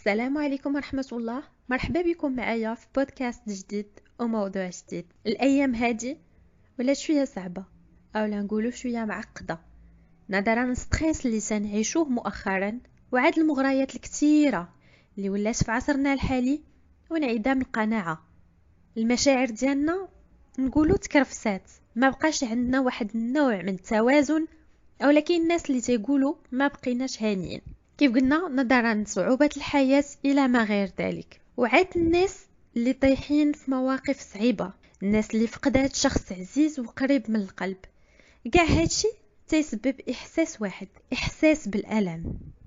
السلام عليكم ورحمة الله. مرحبا بكم معايا في بودكاست جديد وموضوع جديد. الأيام هذه ولات شوية صعبة أو لا نقولوا شوية معقدة نظرا للستريس اللي سنعيشوه مؤخرا وعاد المغريات الكثيرة اللي ولات في عصرنا الحالي وانعدام القناعة. المشاعر ديالنا نقولوا تكرفسات، ما بقاش عندنا واحد النوع من التوازن، أو لكن الناس اللي تيقولوا ما بقيناش هانيين كيف قلنا نظرا لصعوبة الحياة إلى ما غير ذلك. وعاد الناس اللي طايحين في مواقف صعيبة، الناس اللي فقدات شخص عزيز وقريب من القلب، كاع هادشي تيسبب إحساس واحد، إحساس بالألم.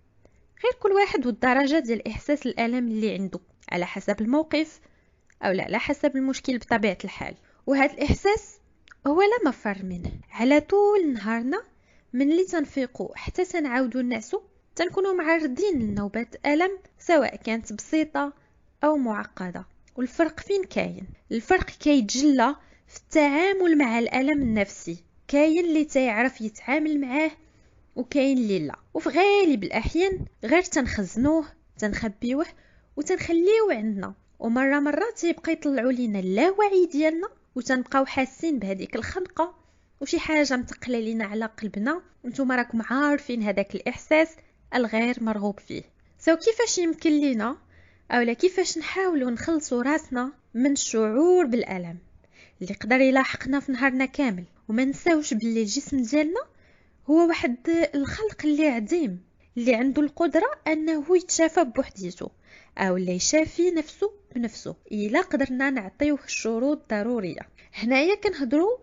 غير كل واحد والدرجة ديال إحساس الألم اللي عنده على حسب الموقف أو لا على حسب المشكل بطبيعة الحال. وهذا الإحساس هو لا مفر منه على طول نهارنا، من اللي تنفيقوا حتى تنعاودوا نعسوا تنكونوا معرضين لنوبات ألم، سواء كانت بسيطة أو معقدة. والفرق فين كاين؟ الفرق كيتجلى في التعامل مع الألم النفسي. كاين اللي تيعرف يتعامل معاه وكاين اللي لا، وفي غالب الأحيان غير تنخزنوه تنخبيوه وتنخليوه عندنا، ومرة تيبقى يطلعوا لينا اللاوعي ديالنا وتنبقاو حاسين بهذيك الخنقة وشي حاجة متقلة لينا على قلبنا. وانتم راكم عارفين هذاك الإحساس الغير مرغوب فيه. كيفاش يمكن لينا أولا كيفاش نحاولوا نخلصوا راسنا من الشعور بالألم اللي يقدر يلاحقنا في نهارنا كامل، وما نساوش باللي الجسم ديالنا هو واحد الخلق اللي عظيم، اللي عنده القدرة أنه يتشافى بوحديته أو اللي يشافي نفسه بنفسه إلا قدرنا نعطيوه الشروط الضرورية. هنايا كنهضروا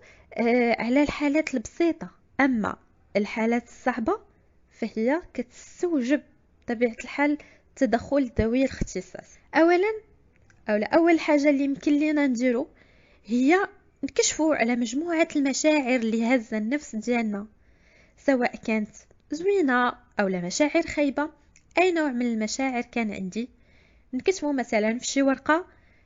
على الحالات البسيطة، أما الحالات الصعبة فهي كتستوجب طبيعة الحال تدخل ذوي الاختصاص. أول حاجة اللي يمكن لنا نديرو هي نكشفوا على مجموعة المشاعر اللي هزة النفس ديالنا، سواء كانت زوينة أو لا مشاعر خايبة. أي نوع من المشاعر كان عندي نكتبه مثلا في شي ورقة.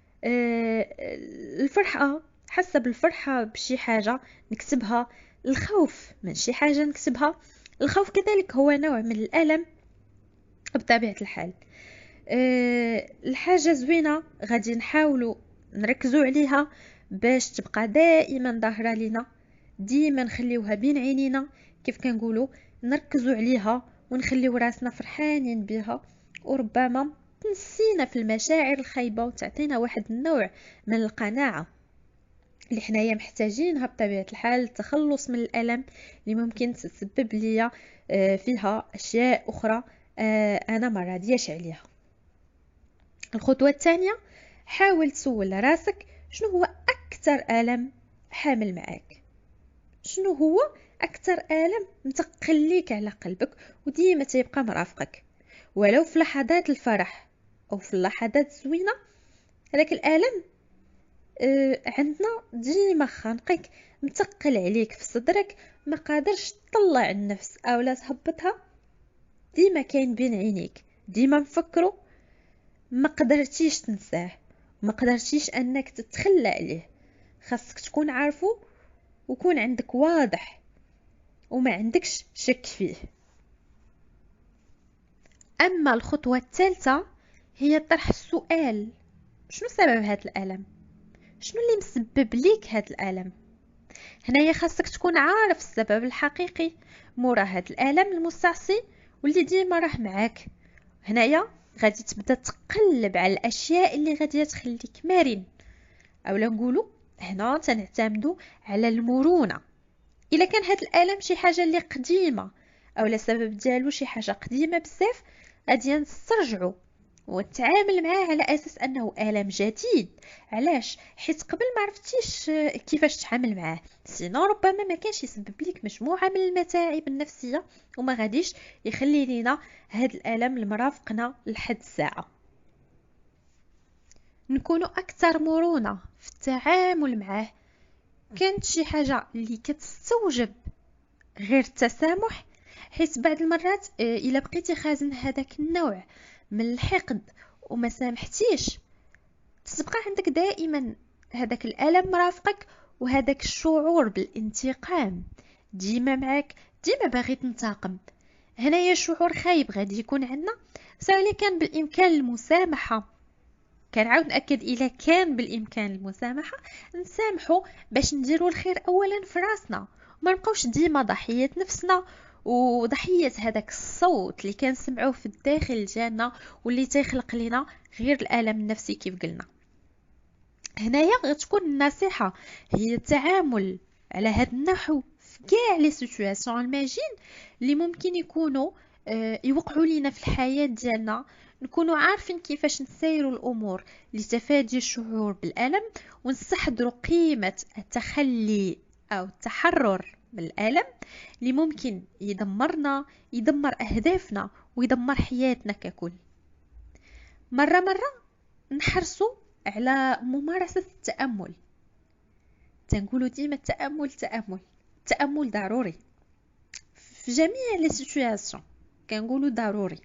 الفرحة، حاسة بالفرحة بشي حاجة نكتبها، الخوف من شي حاجة نكتبها. الخوف كذلك هو نوع من الألم بطبيعة الحال. الحاجة زوينة غادي نحاولوا نركزوا عليها باش تبقى دائما ظاهرة لنا، ديما نخليوها بين عينينا كيف كنقولوا، نركزوا عليها ونخليو راسنا فرحانين بها، وربما تنسينا في المشاعر الخايبة وتعطينا واحد النوع من القناعة اللي حنايا محتاجينها بطبيعة الحال التخلص من الألم اللي ممكن تسبب لي فيها أشياء أخرى أنا ما راضياش عليها. الخطوة الثانية، حاول تسول راسك شنو هو أكثر ألم حامل معاك، شنو هو أكثر ألم متقل ليك على قلبك وديما تيبقى مرافقك، ولو في لحظات الفرح أو في اللحظات الزوينة. هذاك الألم عندنا ديما خانقك، متقل عليك في صدرك، ما قادرش تطلع النفس أو لا تهبطها، ديما كاين بين عينيك، ديما مفكرو، ما قدرتيش تنساه، ما قدرتيش أنك تتخلى عليه. خاصك تكون عارفو وكون عندك واضح وما عندكش شك فيه. أما الخطوة الثالثة هي طرح السؤال، شنو سبب هذا الألم؟ شنو اللي مسبب ليك هذا الألم؟ هنايا خاصك تكون عارف السبب الحقيقي مورا هذا الألم المستعصي واللي ديما راه معاك. هنايا غادي تبدا تقلب على الاشياء اللي غادي تخليك مرن، او لا نقولوا هنا تنعتمدوا على المرونه. الا كان هذا الالم شي حاجه اللي قديمه او لا السبب ديالو شي حاجه قديمه بزاف، غادي نسترجعوا ونتعامل معاه على اساس انه الم جديد. علاش؟ حيت قبل ما عرفتيش كيفاش تتعامل معاه، سينو ربما ما كانش يسبب لك مجموعه من المتاعب النفسيه وما غاديش يخلي لينا هذا الالم المرافقنا لحد الساعه. نكونوا اكثر مرونه في التعامل معاه. كانت شي حاجه اللي كتستوجب غير التسامح، حيت بعض المرات الا بقيتي خازن هذاك النوع من الحقد وما سامحتيش، تبقى عندك دائما هذاك الألم مرافقك وهذاك الشعور بالانتقام ديما معك، ديما باغي تنتقم. هنايا شعور خايب غادي يكون عندنا، سواء كان بالإمكان المسامحة. كنعاود نأكد إلا كان بالإمكان المسامحة نسامحو باش نديرو الخير أولا في راسنا، وما نبقاوش ديما ضحية نفسنا وضحية هذاك الصوت اللي كنسمعوه في الداخل ديالنا واللي تيخلق لنا غير الألم النفسي كيف قلنا. هنايا غتكون النصيحة هي التعامل على هذا النحو في كاع لي سيتوياسيون الماجين اللي ممكن يكونوا يوقعوا لينا في الحياة ديالنا، نكونوا عارفين كيفاش نسيروا الأمور لتفادي الشعور بالألم، ونستحضروا قيمة التخلي أو التحرر من الألم اللي ممكن يدمرنا، يدمر أهدافنا ويدمر حياتنا ككل. مرة نحرصوا على ممارسة التأمل. تنقولوا ديما التأمل ضروري في جميع لي سيتوياسيون، كنقولوا ضروري.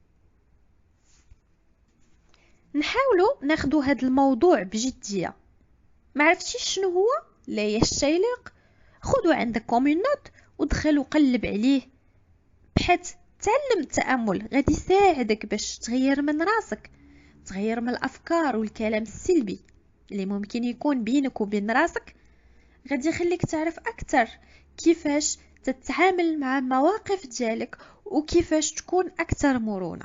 نحاولوا ناخذوا هذا الموضوع بجديه. ما عرفتيش شنو هو لا يشتيلق، خذوا عندكم النوت ودخل وقلب عليه، بحيث تعلم التأمل غادي يساعدك باش تغير من راسك، تغير من الافكار والكلام السلبي اللي ممكن يكون بينك وبين راسك. غادي يخليك تعرف اكثر كيفاش تتعامل مع المواقف ديالك وكيفاش تكون اكثر مرونة.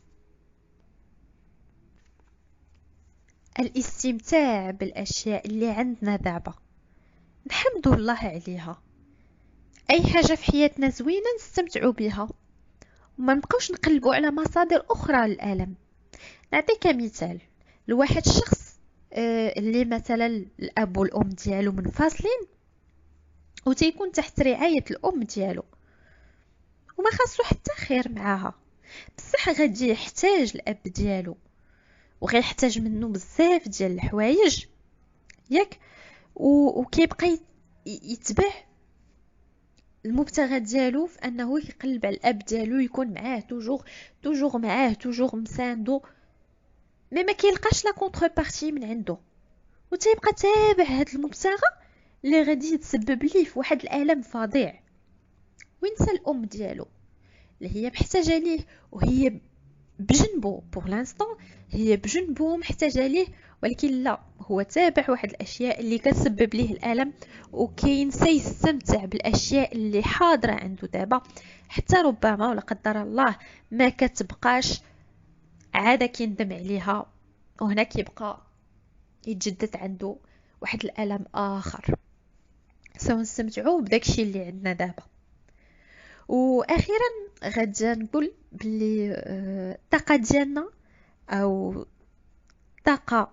الاستمتاع بالاشياء اللي عندنا دابا، نحمد الله عليها. اي حاجة في حياتنا زوينة نستمتعوا بها وما نبقاوش نقلبوا على مصادر اخرى للالم. نعطيك مثال، لواحد الشخص اللي مثلا الاب والام ديالو منفصلين وتيكون تحت رعاية الام ديالو وما خاصو حتى خير معاها، بصح غادي يحتاج الاب ديالو وغيحتاج منه بزاف ديال الحوايج ياك، وكيبقى يتبع المبتغى ديالو في انه يقلب على الاب ديالو، يكون معاه توجور معاه، توجور مساندو، ما كيلقاش لا كونتربارتي من عنده، وتيبقى تابع هاد المبتغى اللي غادي يتسبب ليه في واحد الالم فظيع. وينسى الام ديالو اللي هي محتاجه ليه وهي بجنبه بور لانستون، هي بجنبه محتاجه ليه، ولكن لا، هو تابع واحد الاشياء اللي كتسبب ليه الالم وكينسى يستمتع بالاشياء اللي حاضره عنده دابا، حتى ربما ولا قدر الله ما كتبقاش عاده كيندم عليها، وهنا كيبقى يتجدد عنده واحد الالم اخر. سو نستمتعوا بداكشي اللي عندنا دابا. واخيرا غادي نقول بلي الطاقه ديالنا او الطاقه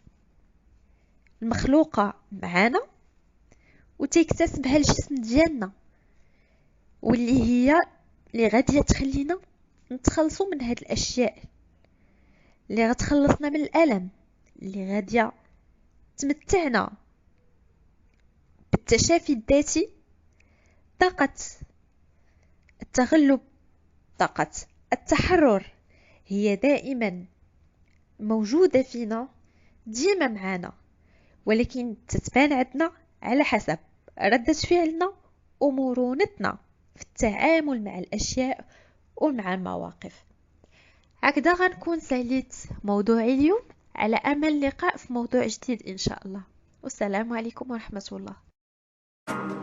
المخلوقه معنا وتيكتسبها الجسم ديالنا، واللي هي اللي غاديه تخلينا نتخلصوا من هاد الاشياء، اللي غتخلصنا من الالم، اللي غاديه تمتعنا بالتشافي الذاتي. طاقه التغلب، طاقه التحرر هي دائما موجودة فينا، ديما معانا، ولكن تتبان عندنا على حسب ردة فعلنا ومرونتنا في التعامل مع الأشياء ومع المواقف. هكذا غنكون ساليت موضوعي اليوم، على أمل لقاء في موضوع جديد إن شاء الله، والسلام عليكم ورحمة الله.